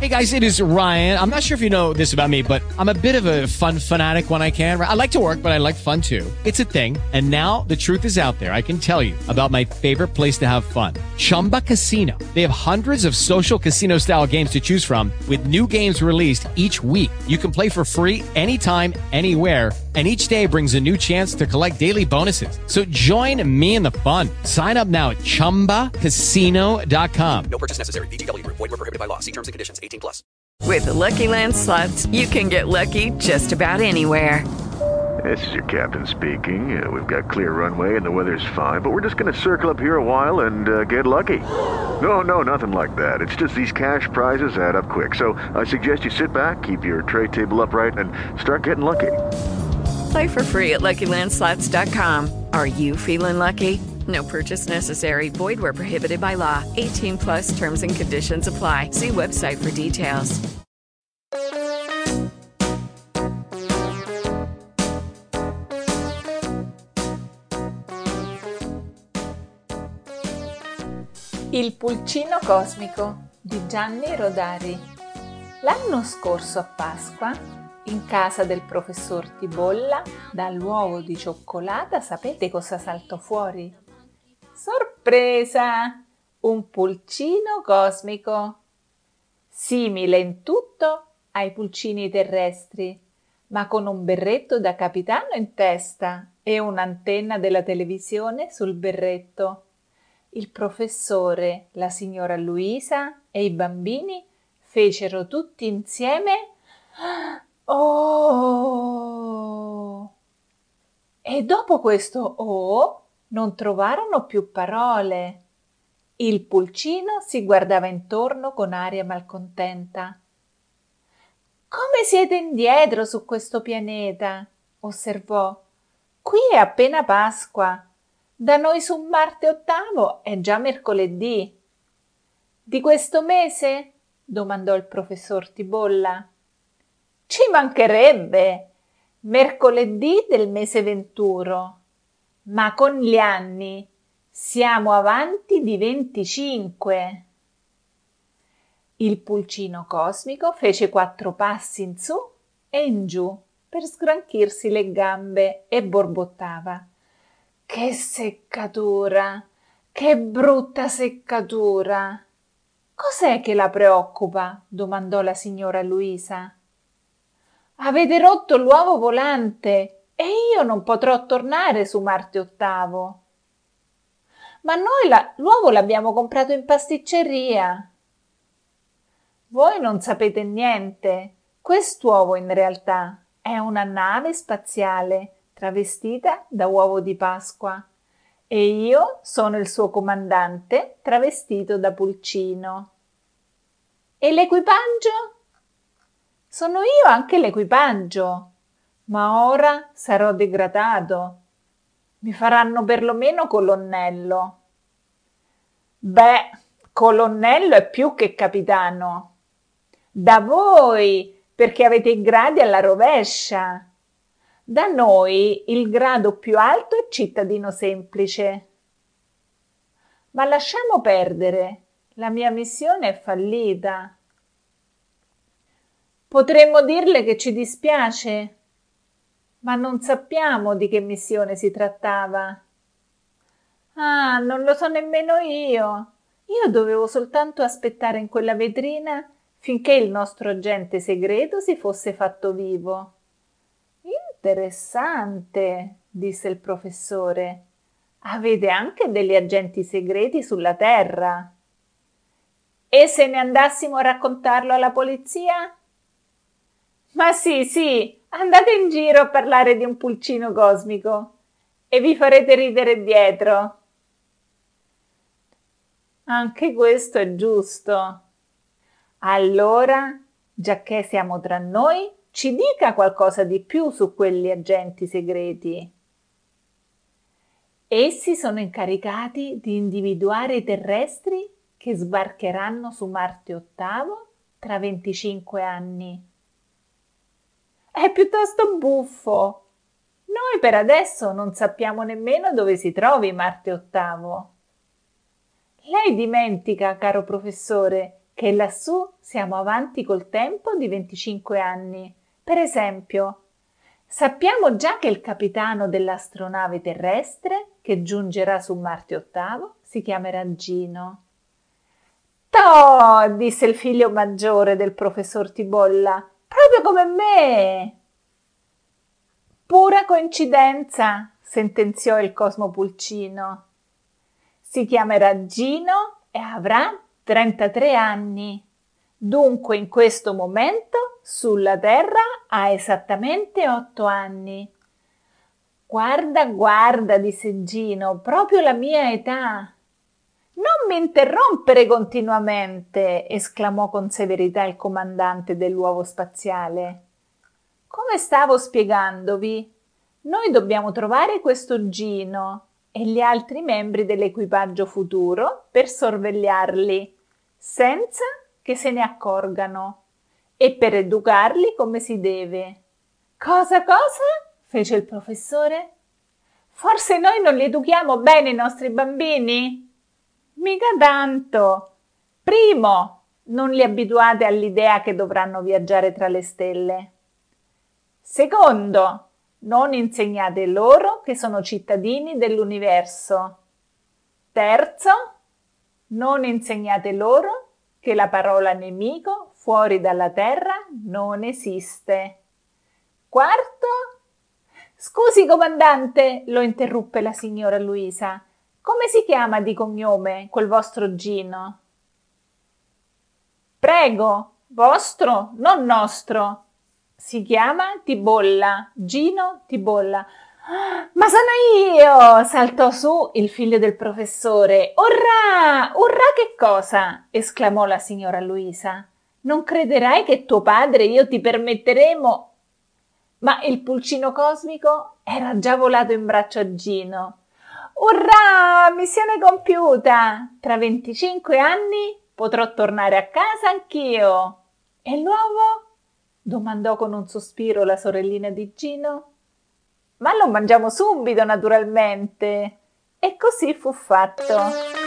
Hey guys, it is Ryan. I'm not sure if you know this about me, but I'm a bit of a fun fanatic when I can. I like to work, but I like fun too. It's a thing. And now the truth is out there. I can tell you about my favorite place to have fun. Chumba Casino. They have hundreds of social casino style games to choose from with new games released each week. You can play for free anytime, anywhere. And each day brings a new chance to collect daily bonuses. So join me in the fun. Sign up now at ChumbaCasino.com. No purchase necessary. VGW Group. Void where prohibited by law. See terms and conditions. 18 plus. With the Lucky Land Slots, you can get lucky just about anywhere. This is your captain speaking. We've got clear runway and the weather's fine, but we're just going to circle up here a while and get lucky. No, nothing like that. It's just these cash prizes add up quick. So I suggest you sit back, keep your tray table upright, and start getting lucky. Play for free at LuckyLandSlots.com. Are you feeling lucky? No purchase necessary. Void where prohibited by law. 18 plus terms and conditions apply. See website for details. Il pulcino cosmico di Gianni Rodari. L'anno scorso a Pasqua, in casa del professor Tibolla, dall'uovo di cioccolata sapete cosa saltò fuori? Sorpresa! Un pulcino cosmico, simile in tutto ai pulcini terrestri, ma con un berretto da capitano in testa e un'antenna della televisione sul berretto. Il professore, la signora Luisa e i bambini fecero tutti insieme "Oh!". E dopo questo "oh" non trovarono più parole. Il pulcino si guardava intorno con aria malcontenta. «Come siete indietro su questo pianeta?» osservò. «Qui è appena Pasqua. Da noi su Marte ottavo è già mercoledì». «Di questo mese?» domandò il professor Tibolla. «Ci mancherebbe! Mercoledì del mese 21. Ma con gli anni siamo avanti di 25. Il pulcino cosmico fece 4 passi in su e in giù per sgranchirsi le gambe e borbottava. «Che seccatura! Che brutta seccatura!» «Cos'è che la preoccupa?» domandò la signora Luisa. «Avete rotto l'uovo volante e io non potrò tornare su Marte ottavo». «Ma noi l'uovo l'abbiamo comprato in pasticceria». «Voi non sapete niente. Quest'uovo in realtà è una nave spaziale travestita da uovo di Pasqua e io sono il suo comandante travestito da pulcino». «E l'equipaggio?» «Sono io anche l'equipaggio, ma ora sarò degradato. Mi faranno perlomeno colonnello». «Beh, colonnello è più che capitano. Da voi, perché avete i gradi alla rovescia. Da noi il grado più alto è cittadino semplice». «Ma lasciamo perdere, la mia missione è fallita». «Potremmo dirle che ci dispiace, ma non sappiamo di che missione si trattava». «Ah, non lo so nemmeno io. Io dovevo soltanto aspettare in quella vetrina finché il nostro agente segreto si fosse fatto vivo». «Interessante», disse il professore. «Avete anche degli agenti segreti sulla Terra?» «E se ne andassimo a raccontarlo alla polizia?» «Ma sì, andate in giro a parlare di un pulcino cosmico e vi farete ridere dietro». «Anche questo è giusto. Allora, giacché siamo tra noi, ci dica qualcosa di più su quegli agenti segreti». «Essi sono incaricati di individuare i terrestri che sbarcheranno su Marte ottavo tra 25 anni». «È piuttosto buffo. Noi per adesso non sappiamo nemmeno dove si trovi Marte ottavo». «Lei dimentica, caro professore, che lassù siamo avanti col tempo di 25 anni. Per esempio, sappiamo già che il capitano dell'astronave terrestre che giungerà su Marte ottavo si chiamerà Gino. Toh, disse il figlio maggiore del professor Tibolla, proprio come me. Pura coincidenza, sentenziò il Cosmo Pulcino. Si chiamerà Gino e avrà 33 anni. Dunque in questo momento sulla Terra ha esattamente 8 anni. Guarda, guarda, disse Gino, proprio la mia età. Non mi interrompere continuamente, esclamò con severità il comandante dell'uovo spaziale. Come stavo spiegandovi, noi dobbiamo trovare questo Gino e gli altri membri dell'equipaggio futuro per sorvegliarli, senza che se ne accorgano, e per educarli come si deve. Cosa? Fece il professore. Forse noi non li educhiamo bene i nostri bambini? Mica tanto. Primo, non li abituate all'idea che dovranno viaggiare tra le stelle. Secondo, non insegnate loro che sono cittadini dell'universo. Terzo, non insegnate loro che la parola nemico fuori dalla Terra non esiste. Quarto, scusi comandante, lo interruppe la signora Luisa, come si chiama di cognome quel vostro Gino? Prego, vostro, non nostro. Si chiama Tibolla, Gino Tibolla. Ma sono io! Saltò su il figlio del professore. Urrà! Urrà che cosa? Esclamò la signora Luisa. Non crederai che tuo padre e io ti permetteremo. Ma il pulcino cosmico era già volato in braccio a Gino. Urrà! Missione compiuta! Tra 25 anni potrò tornare a casa anch'io. E l'uovo? Domandò con un sospiro la sorellina di Gino. Ma lo mangiamo subito, naturalmente. E così fu fatto.